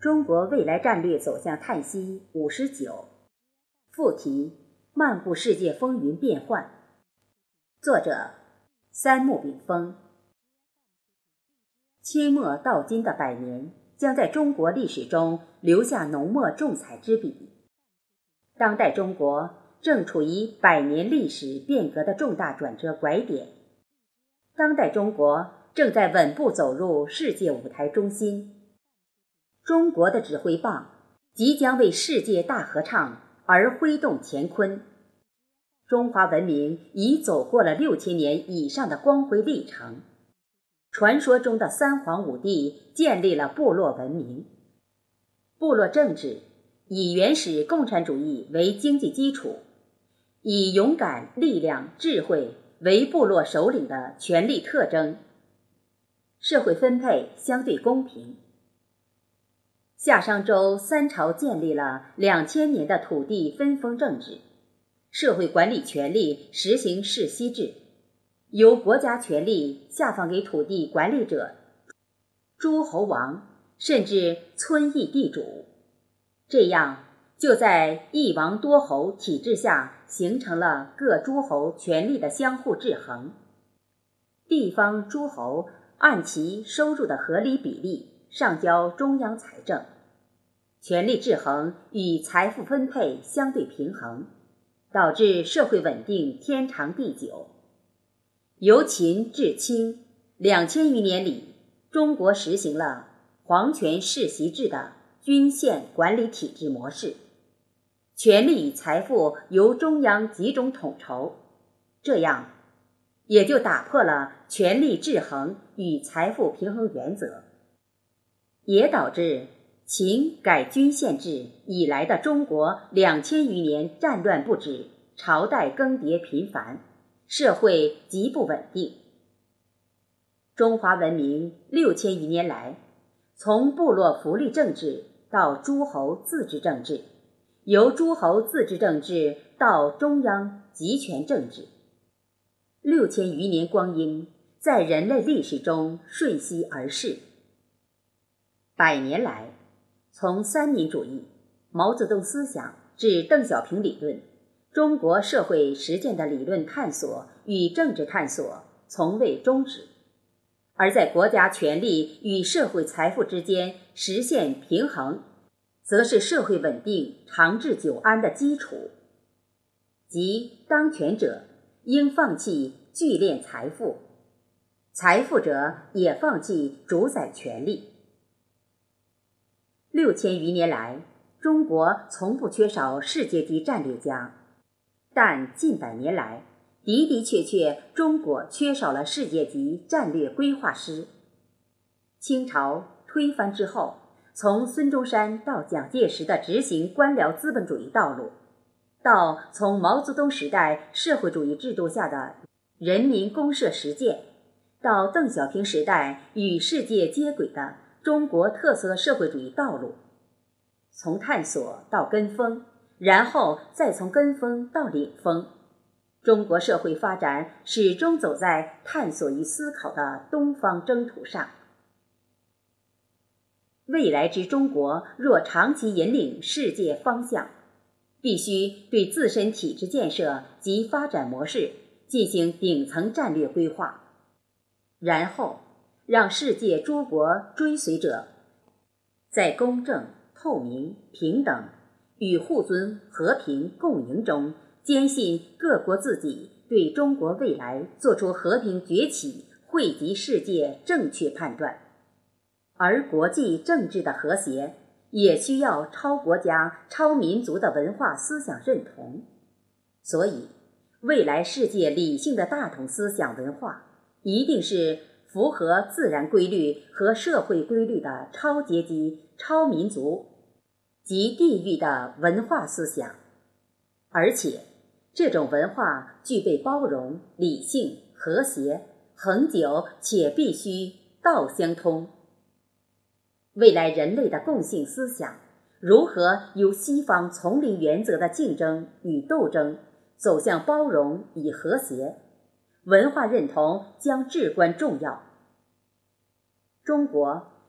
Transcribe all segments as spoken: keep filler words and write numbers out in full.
中国未来战略走向叹息五十九，副题：漫步世界风云变幻。作者：三木炳峰。清末到今的百年，将在中国历史中留下浓墨重彩之笔。当代中国正处于百年历史变革的重大转折拐点，当代中国正在稳步走入世界舞台中心。中国的指挥棒即将为世界大合唱而挥动乾坤。中华文明已走过了六千年以上的光辉历程。传说中的三皇五帝建立了部落文明。部落政治以原始共产主义为经济基础，以勇敢、力量、智慧为部落首领的权力特征。社会分配相对公平。夏商周三朝建立了两千年的土地分封政治，社会管理权力实行世袭制，由国家权力下放给土地管理者、诸侯王甚至村邑地主。这样就在一王多侯体制下形成了各诸侯权力的相互制衡。地方诸侯按其收入的合理比例上交中央财政，权力制衡与财富分配相对平衡，导致社会稳定天长地久。由秦至清两千余年里，中国实行了皇权世袭制的郡县管理体制模式，权力与财富由中央集中统筹，这样也就打破了权力制衡与财富平衡原则，也导致秦改郡县制以来的中国两千余年战乱不止，朝代更迭频繁，社会极不稳定。中华文明六千余年来，从部落福利政治到诸侯自治政治，由诸侯自治政治到中央集权政治，六千余年光阴在人类历史中瞬息而逝。百年来，从三民主义、毛泽东思想至邓小平理论，中国社会实践的理论探索与政治探索从未终止，而在国家权力与社会财富之间实现平衡，则是社会稳定长治久安的基础。即当权者应放弃聚敛财富，财富者也放弃主宰权力。六千余年来，中国从不缺少世界级战略家，但近百年来，的的确确中国缺少了世界级战略规划师。清朝推翻之后，从孙中山到蒋介石的执行官僚资本主义道路，到从毛泽东时代社会主义制度下的人民公社实践，到邓小平时代与世界接轨的中国特色社会主义道路，从探索到跟风，然后再从跟风到领风，中国社会发展始终走在探索与思考的东方征途上。未来之中国若长期引领世界方向，必须对自身体制建设及发展模式进行顶层战略规划，然后让世界诸国追随者在公正、透明、平等与互尊、和平共赢中，坚信各国自己对中国未来做出和平崛起、惠及世界正确判断。而国际政治的和谐也需要超国家、超民族的文化思想认同。所以，未来世界理性的大同思想文化一定是符合自然规律和社会规律的超阶级、超民族及地域的文化思想，而且这种文化具备包容、理性、和谐、恒久且必须道相通。未来人类的共性思想如何由西方丛林原则的竞争与斗争走向包容与和谐，文化认同将至关重要。中国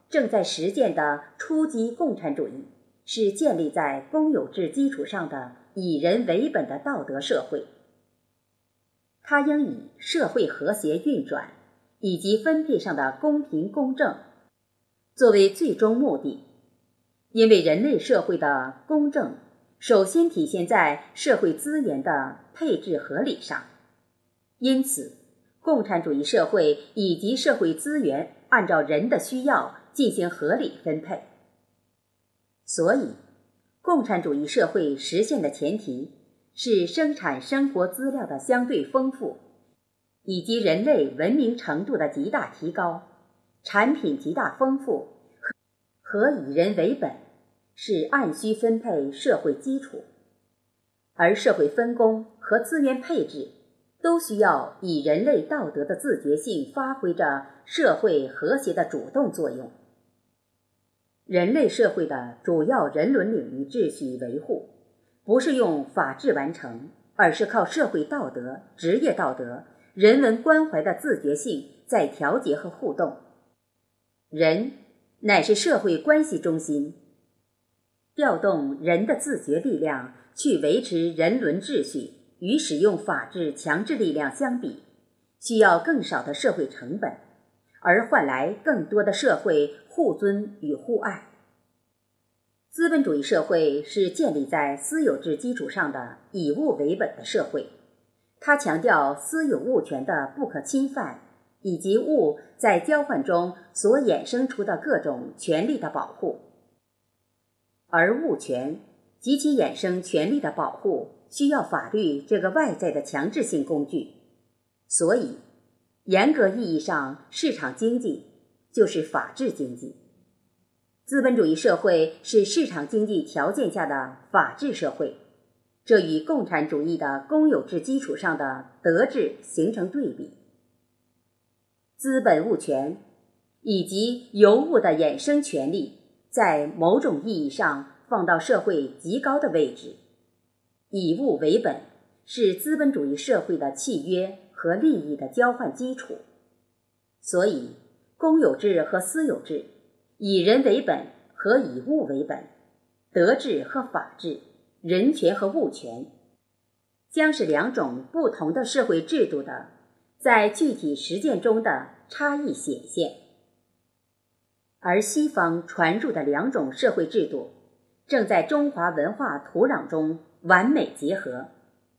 正在实践的初级共产主义是建立在公有制基础上的以人为本的道德社会。它应以社会和谐运转以及分配上的公平公正作为最终目的，因为人类社会的公正首先体现在社会资源的配置合理上，因此共产主义社会以及社会资源按照人的需要进行合理分配。所以共产主义社会实现的前提是生产生活资料的相对丰富，以及人类文明程度的极大提高，产品极大丰富和以人为本是按需分配社会基础，而社会分工和资源配置都需要以人类道德的自觉性发挥着社会和谐的主动作用。人类社会的主要人伦领域秩序维护不是用法治完成，而是靠社会道德、职业道德、人文关怀的自觉性在调节和互动。人乃是社会关系中心，调动人的自觉力量去维持人伦秩序，与使用法治强制力量相比，需要更少的社会成本，而换来更多的社会互尊与互爱。资本主义社会是建立在私有制基础上的以物为本的社会，它强调私有物权的不可侵犯，以及物在交换中所衍生出的各种权利的保护。而物权及其衍生权利的保护需要法律这个外在的强制性工具，所以严格意义上市场经济就是法治经济。资本主义社会是市场经济条件下的法治社会，这与共产主义的公有制基础上的德治形成对比。资本物权以及由物的衍生权利在某种意义上放到社会极高的位置，以物为本是资本主义社会的契约和利益的交换基础。所以公有制和私有制，以人为本和以物为本，德治和法治，人权和物权，将是两种不同的社会制度的在具体实践中的差异显现。而西方传入的两种社会制度正在中华文化土壤中完美结合。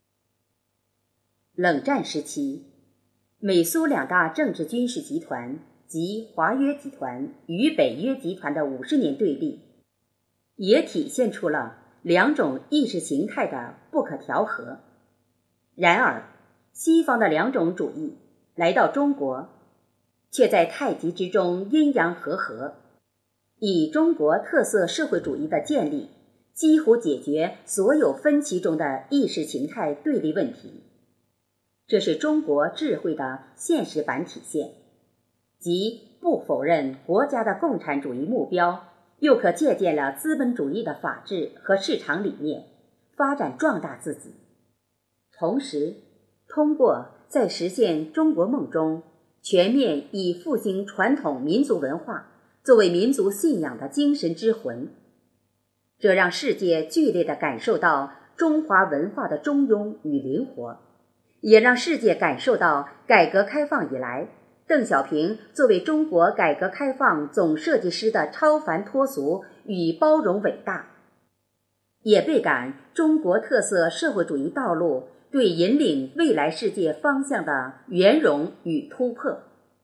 冷战时期，美苏两大政治军事集团及华约集团与北约集团的五十年对立，也体现出了两种意识形态的不可调和。然而西方的两种主义来到中国，却在太极之中阴阳和合，以中国特色社会主义的建立几乎解决所有分歧中的意识形态对立问题。这是中国智慧的现实版体现，即不否认国家的共产主义目标，又可借鉴了资本主义的法治和市场理念，发展壮大自己。同时通过在实现中国梦中全面以复兴传统民族文化作为民族信仰的精神之魂，这让世界剧烈地感受到中华文化的中庸与灵活，也让世界感受到改革开放以来邓小平作为中国改革开放总设计师的超凡脱俗与包容伟大，也倍感中国特色社会主义道路对引领未来世界方向的圆融与突破。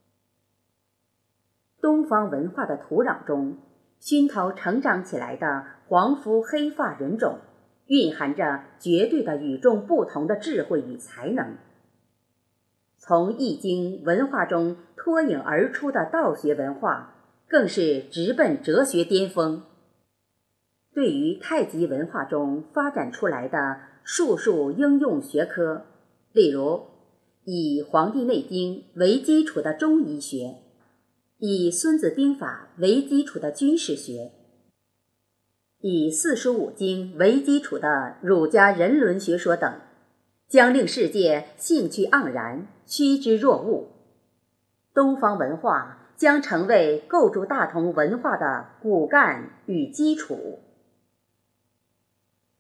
东方文化的土壤中熏陶成长起来的黄肤黑发人种，蕴含着绝对的与众不同的智慧与才能。从易经文化中脱颖而出的道学文化，更是直奔哲学巅峰。对于太极文化中发展出来的术数应用学科，例如以《黄帝内经》为基础的中医学，以《孙子兵法》为基础的军事学，以四书五经为基础的儒家人伦学说等，将令世界兴趣盎然，趋之若鹜。东方文化将成为构筑大同文化的骨干与基础。